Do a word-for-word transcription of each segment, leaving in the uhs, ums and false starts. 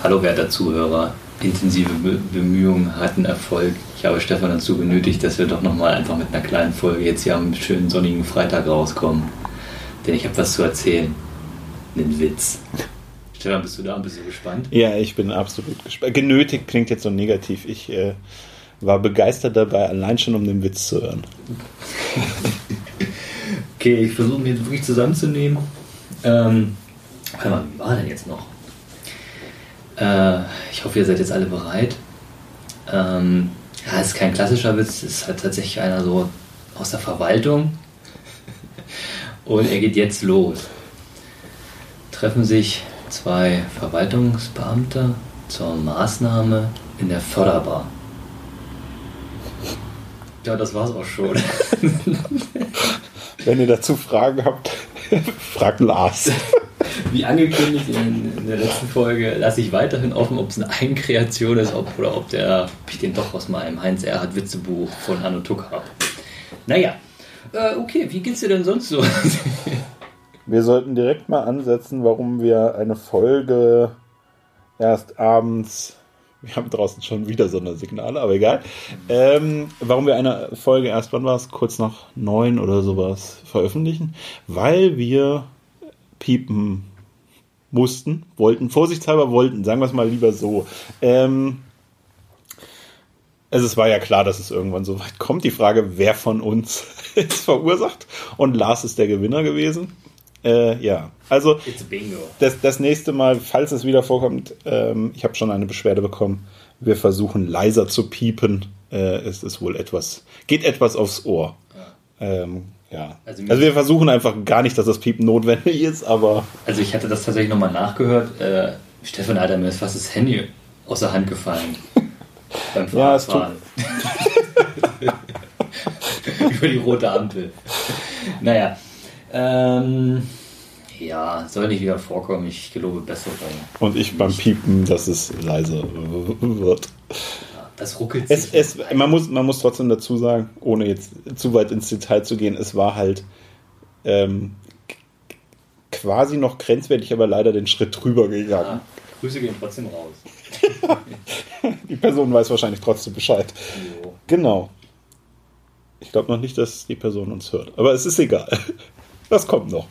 Hallo werter Zuhörer, intensive Be- Bemühungen hatten Erfolg. Ich habe Stefan dazu genötigt, dass wir doch nochmal einfach mit einer kleinen Folge jetzt hier am schönen sonnigen Freitag rauskommen. Denn ich habe was zu erzählen. Einen Witz. Stefan, bist du da? Bist du gespannt? Ja, ich bin absolut gespannt. Genötigt klingt jetzt so negativ. Ich äh, war begeistert dabei, allein schon um den Witz zu hören. Okay, ich versuche mich jetzt wirklich zusammenzunehmen. Ähm, warte mal, wie war denn jetzt noch? Äh, ich hoffe, ihr seid jetzt alle bereit. Ähm, ja, es ist kein klassischer Witz, es ist halt tatsächlich einer so aus der Verwaltung. Und er geht jetzt los. Treffen sich zwei Verwaltungsbeamte zur Maßnahme in der Förderbar. Ja, das war's auch schon. Wenn ihr dazu Fragen habt, fragt Lars. Wie angekündigt in, in der letzten Folge, lasse ich weiterhin offen, ob es eine Eigenkreation ist ob, oder ob, der, ob ich den doch aus meinem Heinz-Erhardt Witzebuch von Anno Tuck habe. Naja, äh, okay, wie geht's dir denn sonst so? Wir sollten direkt mal ansetzen, warum wir eine Folge erst abends, wir haben draußen schon wieder Sondersignale, aber egal, ähm, warum wir eine Folge erst, wann war es, kurz nach neun oder sowas veröffentlichen, weil wir piepen mussten, wollten, vorsichtshalber wollten, sagen wir es mal lieber so. Ähm, also es war ja klar, dass es irgendwann so weit kommt. Die Frage, wer von uns es verursacht, und Lars ist der Gewinner gewesen. Äh, ja, also das, das nächste Mal, falls es wieder vorkommt, ähm, ich habe schon eine Beschwerde bekommen, wir versuchen leiser zu piepen. Äh, es ist wohl etwas, geht etwas aufs Ohr. Ja. Ähm, Ja. Also, also wir versuchen einfach gar nicht, dass das Piepen notwendig ist, aber... Also ich hatte das tatsächlich nochmal nachgehört. Äh, Stefan hat mir ist fast das Handy aus der Hand gefallen. Beim Fahrradfahren. Ja, über die rote Ampel. Naja. Ähm, ja, soll nicht wieder vorkommen. Ich gelobe Besserung. Und ich beim Piepen, dass es leise wird. Das ruckelt sich. Es, es, man, muss, man muss trotzdem dazu sagen, ohne jetzt zu weit ins Detail zu gehen, es war halt ähm, quasi noch grenzwertig, aber leider den Schritt drüber gegangen. Ja, Grüße gehen trotzdem raus. Die Person weiß wahrscheinlich trotzdem Bescheid. Jo. Genau. Ich glaube noch nicht, dass die Person uns hört, aber es ist egal. Das kommt noch.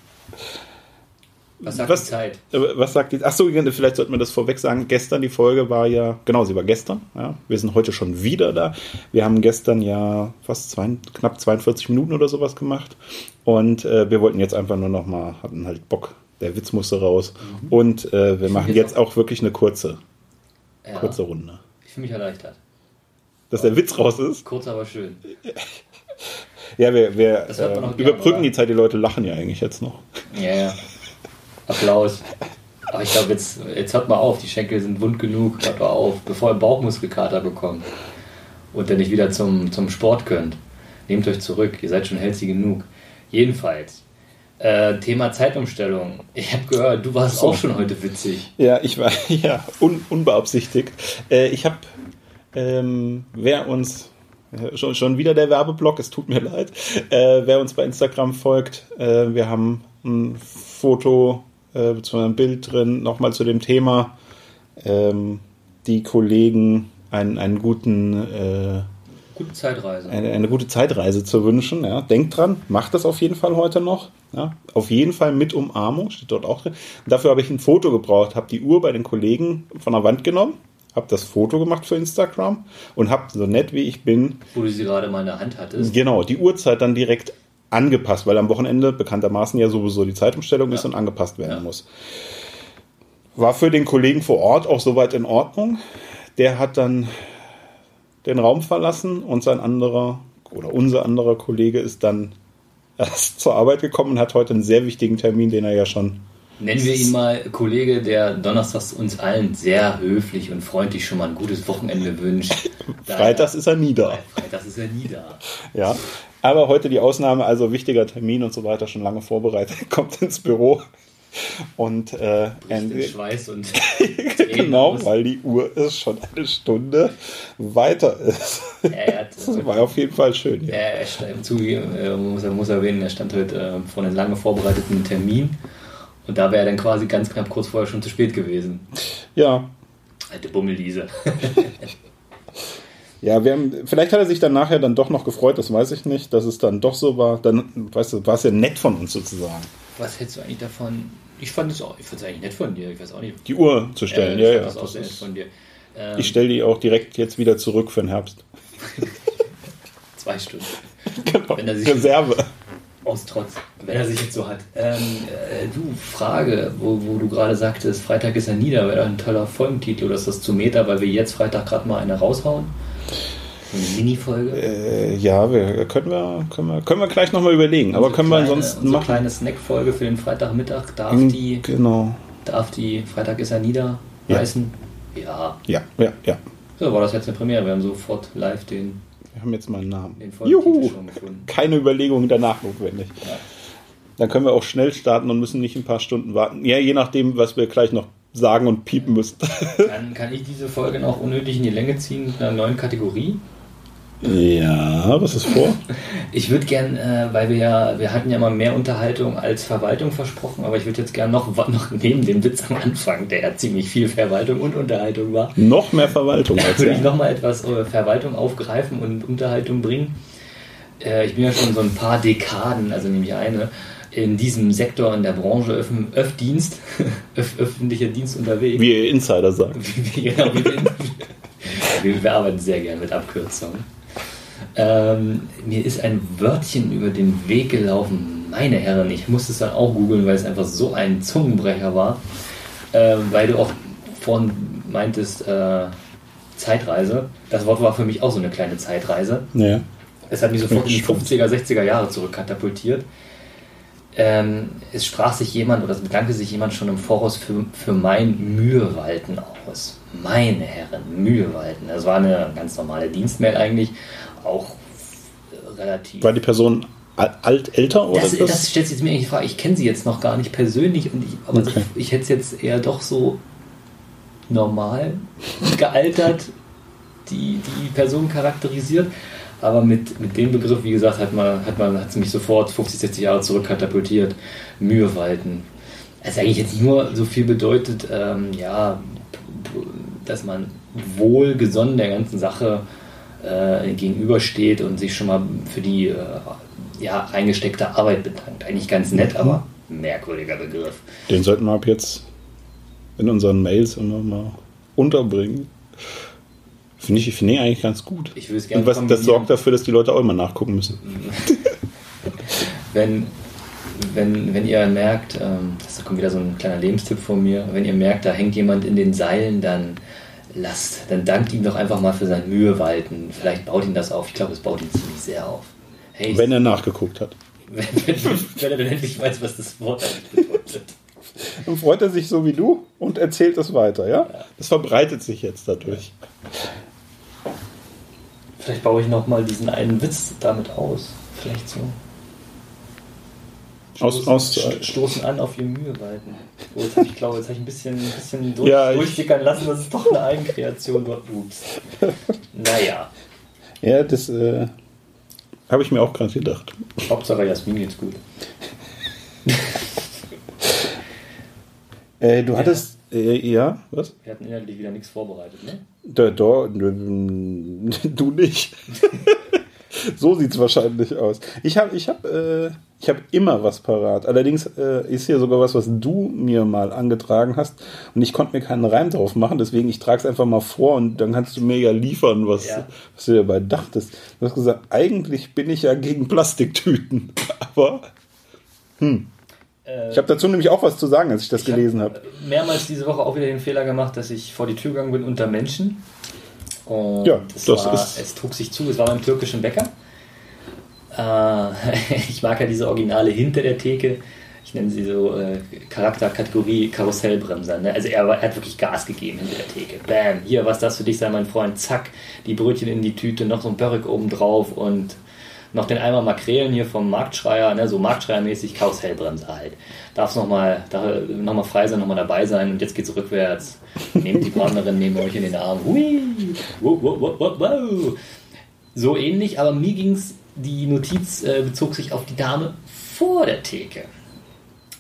Was sagt was, die Zeit? Was sagt die Achso, vielleicht sollten wir das vorweg sagen. Gestern, die Folge war ja, genau, sie war gestern. Ja. Wir sind heute schon wieder da. Wir haben gestern ja fast zwei, knapp zweiundvierzig Minuten oder sowas gemacht. Und äh, wir wollten jetzt einfach nur noch mal, hatten halt Bock, der Witz musste raus. Mhm. Und äh, wir ich machen jetzt auch, auch wirklich eine kurze, ja. kurze Runde. Ich fühle mich erleichtert. Dass aber der Witz raus ist? Kurz, aber schön. Ja, wir, wir äh, überbrücken gern, die Zeit. Die Leute lachen ja eigentlich jetzt noch. Ja, ja. Applaus. Aber ich glaube, jetzt, jetzt hört mal auf, die Schenkel sind wund genug, hört mal auf, bevor ihr Bauchmuskelkater bekommt und dann nicht wieder zum, zum Sport könnt. Nehmt euch zurück, ihr seid schon healthy genug. Jedenfalls, äh, Thema Zeitumstellung. Ich habe gehört, du warst so. auch schon heute witzig. Ja, ich war, ja, un, unbeabsichtigt. Äh, ich habe, ähm, wer uns, äh, schon, schon wieder der Werbeblock, es tut mir leid, äh, wer uns bei Instagram folgt, äh, wir haben ein Foto, äh, zu einem Bild drin, nochmal zu dem Thema, ähm, die Kollegen einen, einen guten äh, gute Zeitreise. Eine, eine gute Zeitreise zu wünschen. Ja. Denkt dran, macht das auf jeden Fall heute noch. Ja. Auf jeden Fall mit Umarmung, steht dort auch drin. Und dafür habe ich ein Foto gebraucht, habe die Uhr bei den Kollegen von der Wand genommen, habe das Foto gemacht für Instagram und habe, so nett wie ich bin, wo du sie gerade mal in der Hand hattest, genau, die Uhrzeit dann direkt angepasst, weil am Wochenende bekanntermaßen ja sowieso die Zeitumstellung ja. ist und angepasst werden ja. muss. War für den Kollegen vor Ort auch soweit in Ordnung. Der hat dann den Raum verlassen und sein anderer oder unser anderer Kollege ist dann erst zur Arbeit gekommen und hat heute einen sehr wichtigen Termin, den er ja schon... Nennen wir ihn mal Kollege, der donnerstags uns allen sehr höflich und freundlich schon mal ein gutes Wochenende wünscht. Freitags ist er nie da. Freitags ist er nie da. Ja, aber heute die Ausnahme, also wichtiger Termin und so weiter, schon lange vorbereitet, kommt ins Büro und äh, ein Schweiß und genau, weil die Uhr ist schon eine Stunde weiter ist. Er hat, das war auf jeden Fall schön. Ja. Er, er stand, zugegeben, er muss, er muss erwähnen, er stand heute äh, vor einem lange vorbereiteten Termin und da wäre er dann quasi ganz knapp kurz vorher schon zu spät gewesen. Ja, Alte Bummeldiese. Ja, wir haben, vielleicht hat er sich dann nachher dann doch noch gefreut, das weiß ich nicht, dass es dann doch so war. Dann, weißt du, war es ja nett von uns sozusagen. Was hältst du eigentlich davon? Ich fand es auch, ich fand es eigentlich nett von dir, ich weiß auch nicht. Die Uhr zu stellen, äh, ja, ja. Das auch sehr nett von dir. Ähm, ich stelle die auch direkt jetzt wieder zurück für den Herbst. Zwei Stunden. Genau, wenn er sich Reserve. Aus Trotz, wenn er sich jetzt so hat. Ähm, äh, du, Frage, wo, wo du gerade sagtest, Freitag ist ja nieder, wäre doch ein toller Folgentitel, oder ist das zu Meta, weil wir jetzt Freitag gerade mal eine raushauen? So eine Mini-Folge? Äh, ja, wir, können, wir, können, wir, können wir gleich nochmal überlegen, aber können kleine, wir ansonsten unsere machen. Kleine Snack-Folge für den Freitagmittag, darf Mhm, die, genau. darf die Freitag ist ja nieder Ja. heißen? Ja. Ja, ja, ja. So, war das jetzt eine Premiere, wir haben sofort live den, Wir haben jetzt mal einen Namen. den Folgentitel Juhu! schon gefunden. Keine Überlegung danach notwendig. Ja. Dann können wir auch schnell starten und müssen nicht ein paar Stunden warten. Ja, je nachdem, was wir gleich noch sagen und piepen müssen. Kann, kann ich diese Folge noch unnötig in die Länge ziehen mit einer neuen Kategorie? Ja, was ist vor? Ich würde gern, äh, weil wir ja, wir hatten ja mal mehr Unterhaltung als Verwaltung versprochen, aber ich würde jetzt gern noch, noch neben dem Witz am Anfang, der ja ziemlich viel Verwaltung und Unterhaltung war, Noch mehr Verwaltung. Als würde ja. ich nochmal etwas äh, Verwaltung aufgreifen und Unterhaltung bringen. Äh, ich bin ja schon so ein paar Dekaden, also nämlich eine, in diesem Sektor, in der Branche Öff Öffdienst, Öff öffentlicher Dienst unterwegs. Wie ihr Insider sagt. Genau, wie wir, wir, wir arbeiten sehr gern mit Abkürzungen. Ähm, mir ist ein Wörtchen über den Weg gelaufen, meine Herren, ich musste es dann auch googeln, weil es einfach so ein Zungenbrecher war, äh, weil du auch vorhin meintest, äh, Zeitreise. Das Wort war für mich auch so eine kleine Zeitreise. Ja. Es hat mich sofort in die fünfziger, sechziger Jahre zurückkatapultiert. Ähm, es sprach sich jemand, oder es bedankte sich jemand schon im Voraus für, für mein Mühewalten aus. Meine Herren, Mühewalten. Das war eine ganz normale Dienstmail eigentlich, auch relativ... War die Person alt, älter? Oder das, das? das stellt sich jetzt mir eigentlich die Frage. Ich kenne sie jetzt noch gar nicht persönlich, und ich, aber Okay. ich hätte es jetzt eher doch so normal gealtert, die, die Person charakterisiert. Aber mit, mit dem Begriff, wie gesagt, hat man, hat man, hat es mich sofort fünfzig, sechzig Jahre zurück katapultiert. Mühewalten. Also eigentlich jetzt nur so viel bedeutet, ähm, ja, dass man wohlgesonnen der ganzen Sache äh, gegenübersteht und sich schon mal für die äh, ja, eingesteckte Arbeit bedankt. Eigentlich ganz nett, aber merkwürdiger Begriff. Den sollten wir ab jetzt in unseren Mails immer mal unterbringen. Finde ich, finde ich eigentlich ganz gut. Ich würde es gerne Und was, das sorgt dafür, dass die Leute auch immer nachgucken müssen. wenn, wenn, wenn ihr merkt, ähm, das kommt wieder so ein kleiner Lebenstipp von mir, wenn ihr merkt, da hängt jemand in den Seilen, dann lasst, dann dankt ihm doch einfach mal für sein Mühewalten. Vielleicht baut ihn das auf. Ich glaube, es baut ihn ziemlich sehr auf. Hey, wenn er nachgeguckt hat. wenn, wenn, wenn er dann endlich weiß, was das Wort eigentlich bedeutet. Dann freut er sich so wie du und erzählt es weiter, ja? Das verbreitet sich jetzt dadurch. Vielleicht baue ich nochmal diesen einen Witz damit aus. Vielleicht so. Aus, aus, Sto- stoßen an auf ihr Mühewalten. Oh, jetzt habe ich, glaube, jetzt habe ich ein bisschen, ein bisschen durch, Ja, ich- durchsickern lassen, dass es doch eine Eigenkreation war. Ups. Naja. Ja, das äh, habe ich mir auch gerade gedacht. Hauptsache Jasmin geht's gut. Äh, du hattest, äh, ja, was? Wir hatten inhaltlich wieder nichts vorbereitet, ne? Da, da, du nicht. So sieht es wahrscheinlich aus. Ich habe ich hab, äh, ich hab immer was parat. Allerdings äh, ist hier sogar was, was du mir mal angetragen hast. Und ich konnte mir keinen Reim drauf machen. Deswegen, ich trage es einfach mal vor und dann kannst du mir ja liefern, was, Ja. was du dabei dachtest. Du hast gesagt, eigentlich bin ich ja gegen Plastiktüten. Aber, hm. Äh, Ich habe dazu nämlich auch was zu sagen, als ich das ich gelesen habe. hab mehrmals diese Woche auch wieder den Fehler gemacht, dass ich vor die Tür gegangen bin unter Menschen. Und Ja, es, das war, ist- es trug sich zu, es war beim türkischen Bäcker. Äh, ich mag ja diese Originale hinter der Theke. Ich nenne sie so äh, Charakterkategorie Karussellbremser. Ne? Also er, war, er hat wirklich Gas gegeben hinter der Theke. Bam, hier, was das für dich sein, mein Freund. Zack, die Brötchen in die Tüte, noch so ein Börek oben drauf und noch den Eimer Makrelen hier vom Marktschreier, ne? So Marktschreiermäßig Karussellbremser halt. Darf nochmal noch mal frei sein, nochmal dabei sein und jetzt geht's rückwärts. Nehmt die Partnerin neben euch in den Arm. Hui, wow, wow, wow, wow, wow. So ähnlich, aber mir ging's, die Notiz äh, bezog sich auf die Dame vor der Theke.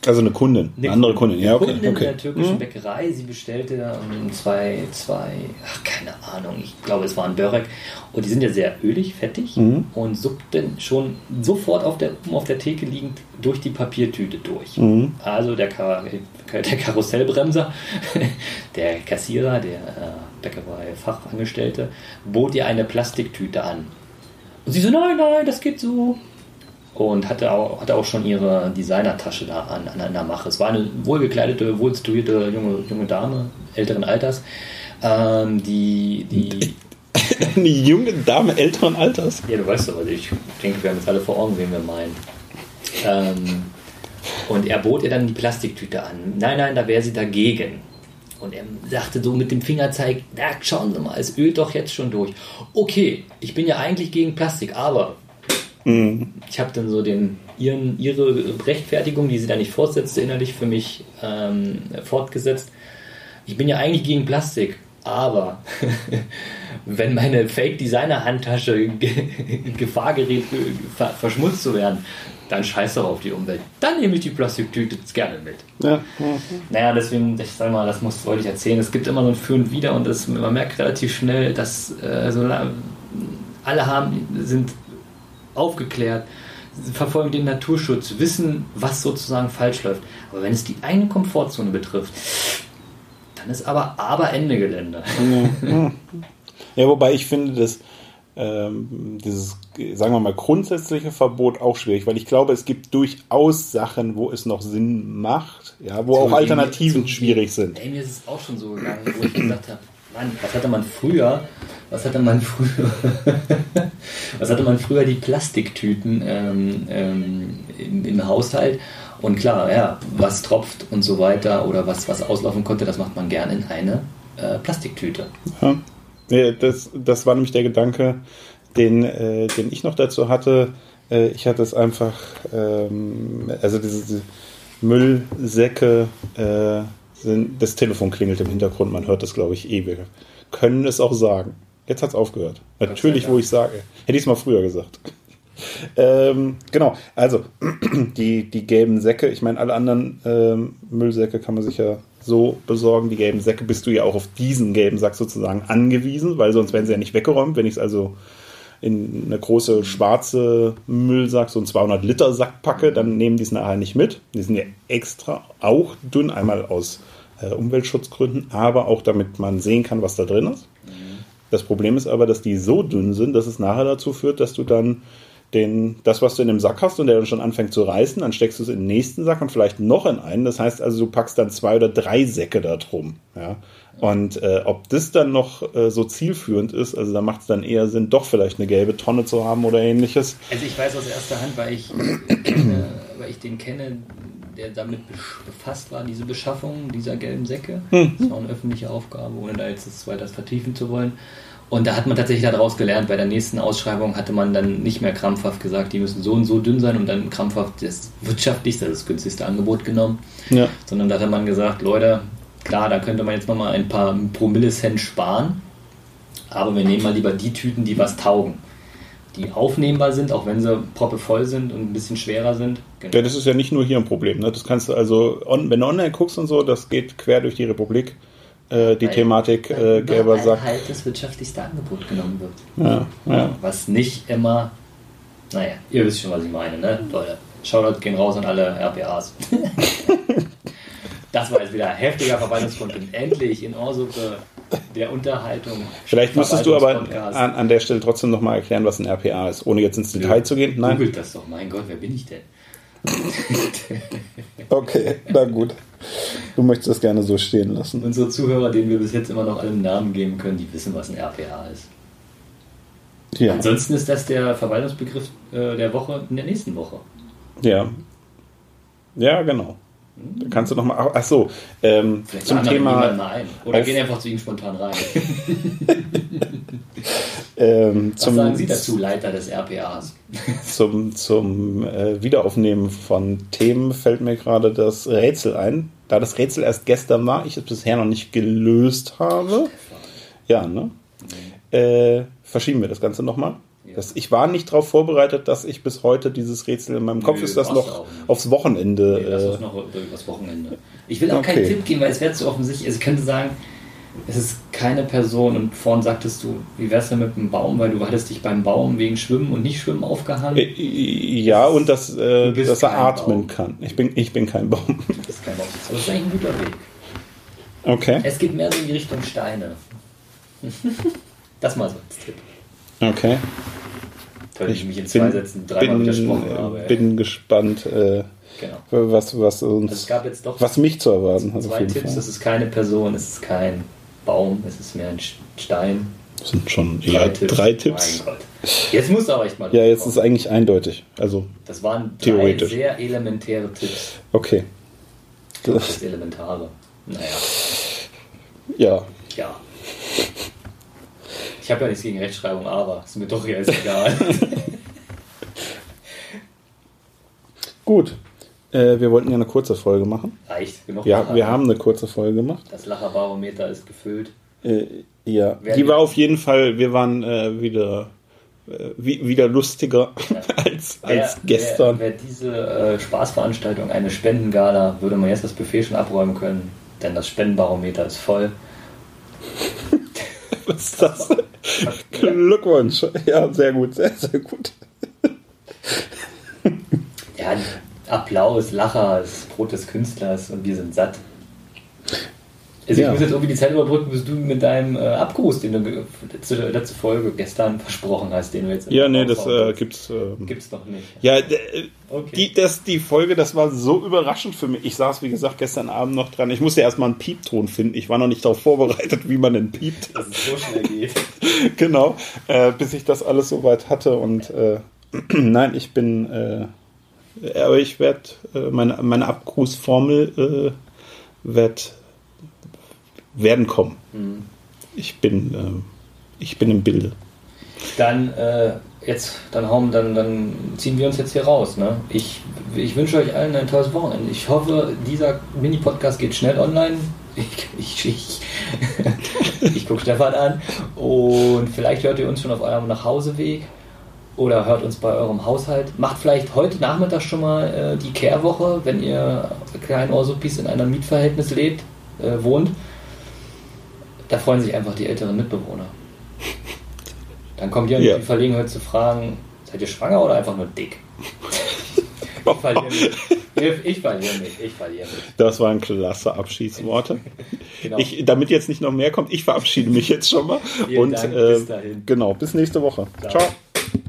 Also eine Kundin, eine, eine andere Kundin, ja, okay. Kundin okay. der türkischen mhm. Bäckerei, sie bestellte um, zwei, zwei, ach keine Ahnung, ich glaube es war ein Börek und die sind ja sehr ölig, fettig mhm. und suppten schon sofort auf der, auf der Theke liegend durch die Papiertüte durch. Mhm. Also der, Kar- der Karussellbremser, der Kassierer, der äh, Bäckerei-Fachangestellte, bot ihr eine Plastiktüte an. Und sie so, nein, nein, das geht so. Und hatte auch, hatte auch schon ihre Designertasche da an, an einer Mache. Es war eine wohlgekleidete, wohlsituierte junge, junge Dame, älteren Alters, ähm, die... die eine junge Dame älteren Alters? Ja, du weißt aber, ich denke, wir haben jetzt alle vor Augen, wen wir meinen. Ähm, und er bot ihr dann die Plastiktüte an. Nein, nein, da wäre sie dagegen. Und er sagte so mit dem Fingerzeig, na, schauen Sie mal, es ölt doch jetzt schon durch. Okay, ich bin ja eigentlich gegen Plastik, aber... Ich habe dann so den, ihren, ihre Rechtfertigung, die sie da nicht fortsetzte, innerlich für mich ähm, fortgesetzt. Ich bin ja eigentlich gegen Plastik, aber wenn meine Fake-Designer-Handtasche Gefahr gerät, ver- verschmutzt zu werden, dann scheiß doch auf die Umwelt. Dann nehme ich die Plastiktüte gerne mit. Ja. Naja, deswegen, ich sag mal, das muss, wollte ich erzählen. Es gibt immer so ein Für und Wider und das, man merkt relativ schnell, dass äh, so, alle haben, sind aufgeklärt, verfolgen den Naturschutz, wissen, was sozusagen falsch läuft. Aber wenn es die eigene Komfortzone betrifft, dann ist aber aber Ende Gelände. Ja, ja, wobei ich finde, dass ähm, dieses, sagen wir mal, grundsätzliche Verbot auch schwierig, weil ich glaube, es gibt durchaus Sachen, wo es noch Sinn macht, ja, wo so, auch Alternativen schwierig sind. Ey, mir ist es auch schon so gegangen, wo ich gesagt habe, Mann, was hatte man früher? Was hatte man früher? was hatte man früher die Plastiktüten ähm, ähm, im, im Haushalt? Und klar, ja, was tropft und so weiter oder was, was auslaufen konnte, das macht man gern in eine äh, Plastiktüte. Ja. Ja, das, das war nämlich der Gedanke, den, äh, den ich noch dazu hatte. Äh, ich hatte es einfach, ähm, also diese, diese Müllsäcke, äh, sind, das Telefon klingelt im Hintergrund, man hört das, glaube ich, eh. Wir können es auch sagen. Jetzt hat es aufgehört. Natürlich, wo ich sage. Hätte ich es mal früher gesagt. ähm, genau, also die, die gelben Säcke, ich meine, alle anderen ähm, Müllsäcke kann man sich ja so besorgen. Die gelben Säcke bist du ja auch auf diesen gelben Sack sozusagen angewiesen, weil sonst werden sie ja nicht weggeräumt. Wenn ich es also in eine große schwarze Müllsack, so einen zweihundert Liter Sack packe, dann nehmen die es nachher nicht mit. Die sind ja extra auch dünn, einmal aus äh, Umweltschutzgründen, aber auch damit man sehen kann, was da drin ist. Das Problem ist aber, dass die so dünn sind, dass es nachher dazu führt, dass du dann den, das, was du in dem Sack hast und der dann schon anfängt zu reißen, dann steckst du es in den nächsten Sack und vielleicht noch in einen. Das heißt also, du packst dann zwei oder drei Säcke da drum. Ja? Und äh, ob das dann noch äh, so zielführend ist, also da macht es dann eher Sinn, doch vielleicht eine gelbe Tonne zu haben oder ähnliches. Also ich weiß aus erster Hand, weil ich, äh, weil ich den kenne, der damit befasst war, diese Beschaffung dieser gelben Säcke. Mhm. Das war eine öffentliche Aufgabe, ohne da jetzt das weiter vertiefen zu wollen. Und da hat man tatsächlich daraus gelernt, bei der nächsten Ausschreibung hatte man dann nicht mehr krampfhaft gesagt, die müssen so und so dünn sein und dann krampfhaft das wirtschaftlichste, das günstigste Angebot genommen. Ja. Sondern da hat man gesagt, Leute, klar, da könnte man jetzt nochmal ein paar Promille-Cent sparen, aber wir nehmen mal lieber die Tüten, die was taugen. Die aufnehmbar sind, auch wenn sie proppevoll sind und ein bisschen schwerer sind. Genau. Ja, das ist ja nicht nur hier ein Problem. Ne? Das kannst du also, on, wenn du online guckst und so, das geht quer durch die Republik. Äh, die weil, Thematik äh, gelber Sack. Weil halt das wirtschaftlichste Angebot genommen wird. Ja, ja. Was nicht immer, naja, ihr wisst schon, was ich meine, ne? Leute, Shoutout gehen raus an alle R P As. Das war jetzt wieder heftiger Verwaltungskontent. Endlich in Ohrsuppe der Unterhaltung. Vielleicht müsstest du aber an, an der Stelle trotzdem nochmal erklären, was ein R P A ist, ohne jetzt ins Detail ja, zu gehen. Nein. Googelt das doch, mein Gott, wer bin ich denn? Okay, na gut. Du möchtest das gerne so stehen lassen. Unsere Zuhörer, denen wir bis jetzt immer noch einen Namen geben können, die wissen, was ein R P A ist. Ja. Ansonsten ist das der Verwaltungsbegriff äh, der Woche in der nächsten Woche. Ja. Ja, genau. Da kannst du nochmal. Ach so, ähm, zum Thema. Mal ein. Oder gehen einfach zu ihm spontan rein. ähm, Was zum, sagen Sie dazu, Leiter des R P As? Zum, zum äh, Wiederaufnehmen von Themen fällt mir gerade das Rätsel ein. Da das Rätsel erst gestern war, ich es bisher noch nicht gelöst habe. Ja, ne? Mhm. Äh, verschieben wir das Ganze nochmal. Das, ich war nicht darauf vorbereitet, dass ich bis heute dieses Rätsel in meinem Nö, Kopf ist, das noch aufs Wochenende. Nee, das ist noch übers Wochenende. Ich will auch okay. keinen Tipp geben, weil es wäre zu offensichtlich. Also ich könnte sagen, es ist keine Person und vorhin sagtest du, wie wär's denn mit dem Baum, weil du hattest dich beim Baum wegen Schwimmen und nicht Schwimmen aufgehangen. Äh, ja, das und dass, äh, dass er atmen Baum. kann. Ich bin, ich bin kein Baum. Du bist kein Baum. Aber das ist eigentlich ein guter Weg. Okay. Es geht mehr so in die Richtung Steine. Das mal so als Tipp. Okay. Toll, ich mich in zwei bin, Sätzen dreimal bin, widersprochen habe. Ich bin gespannt, äh, genau. was, was, uns, also es gab jetzt doch was mich zu erwarten hat. Zwei Tipps, es ist keine Person, es ist kein Baum, es ist mehr ein Stein. Das sind schon drei, ja, Tipps. drei Tipps. Mein Gott. Jetzt musst du aber echt mal. Ja, jetzt kommen. Ist eigentlich eindeutig. Also das waren drei sehr elementäre Tipps. Okay. Das, das ist Elementare. Naja. Ja. Ja. Ich habe ja nichts gegen Rechtschreibung, aber ist mir doch jetzt egal. Gut. Äh, wir wollten ja eine kurze Folge machen. Reicht, genug. Ja, wir haben eine kurze Folge gemacht. Das Lacherbarometer ist gefüllt. Äh, ja, Wer die war auf jeden Fall, wir waren äh, wieder, äh, wie, wieder lustiger ja. als, wer, als gestern. Wer, wer diese äh, Spaßveranstaltung, eine Spendengala, würde man jetzt das Buffet schon abräumen können, denn das Spendenbarometer ist voll. Was ist das? das Glückwunsch. Ja, sehr gut, sehr, sehr gut. Ja, Applaus, Lacher, das Brot des Künstlers und wir sind satt. Also ja. Ich muss jetzt irgendwie die Zeit überbrücken, bis du mit deinem äh, Abgruß, den du letzte, letzte Folge gestern versprochen hast, den du jetzt... Ja, nee, das äh, gibt's... Ähm, gibt's noch nicht. Ja, d- okay. die, das, die Folge, das war so überraschend für mich. Ich saß, wie gesagt, gestern Abend noch dran. Ich musste erstmal einen Piepton finden. Ich war noch nicht darauf vorbereitet, wie man den piept. Dass es so schnell geht. Genau, äh, bis ich das alles soweit hatte. Und äh, nein, ich bin... Äh, aber ich werde... Äh, meine, meine Abgrußformel äh, wird... werden kommen. Mhm. Ich bin äh, ich bin im Bilde. Dann äh, jetzt, dann hauen, dann, dann ziehen wir uns jetzt hier raus. Ne? Ich, ich wünsche euch allen ein tolles Wochenende. Ich hoffe, dieser Mini-Podcast geht schnell online. Ich, ich, ich, ich gucke Stefan an und vielleicht hört ihr uns schon auf eurem Nachhauseweg oder hört uns bei eurem Haushalt. Macht vielleicht heute Nachmittag schon mal äh, die Kehrwoche, wenn ihr kleinen Orsupis in einem Mietverhältnis lebt, äh, wohnt. Da freuen sich einfach die älteren Mitbewohner. Dann kommt ihr ja. in die Verlegenheit zu fragen, seid ihr schwanger oder einfach nur dick? Ich verliere mich. Ich verliere mich. Ich verliere mich. Das waren klasse Abschiedsworte. Genau. Ich, damit jetzt nicht noch mehr kommt, ich verabschiede mich jetzt schon mal. Vielen und Dank, äh, bis dahin. Genau, bis nächste Woche. Ciao. Ciao.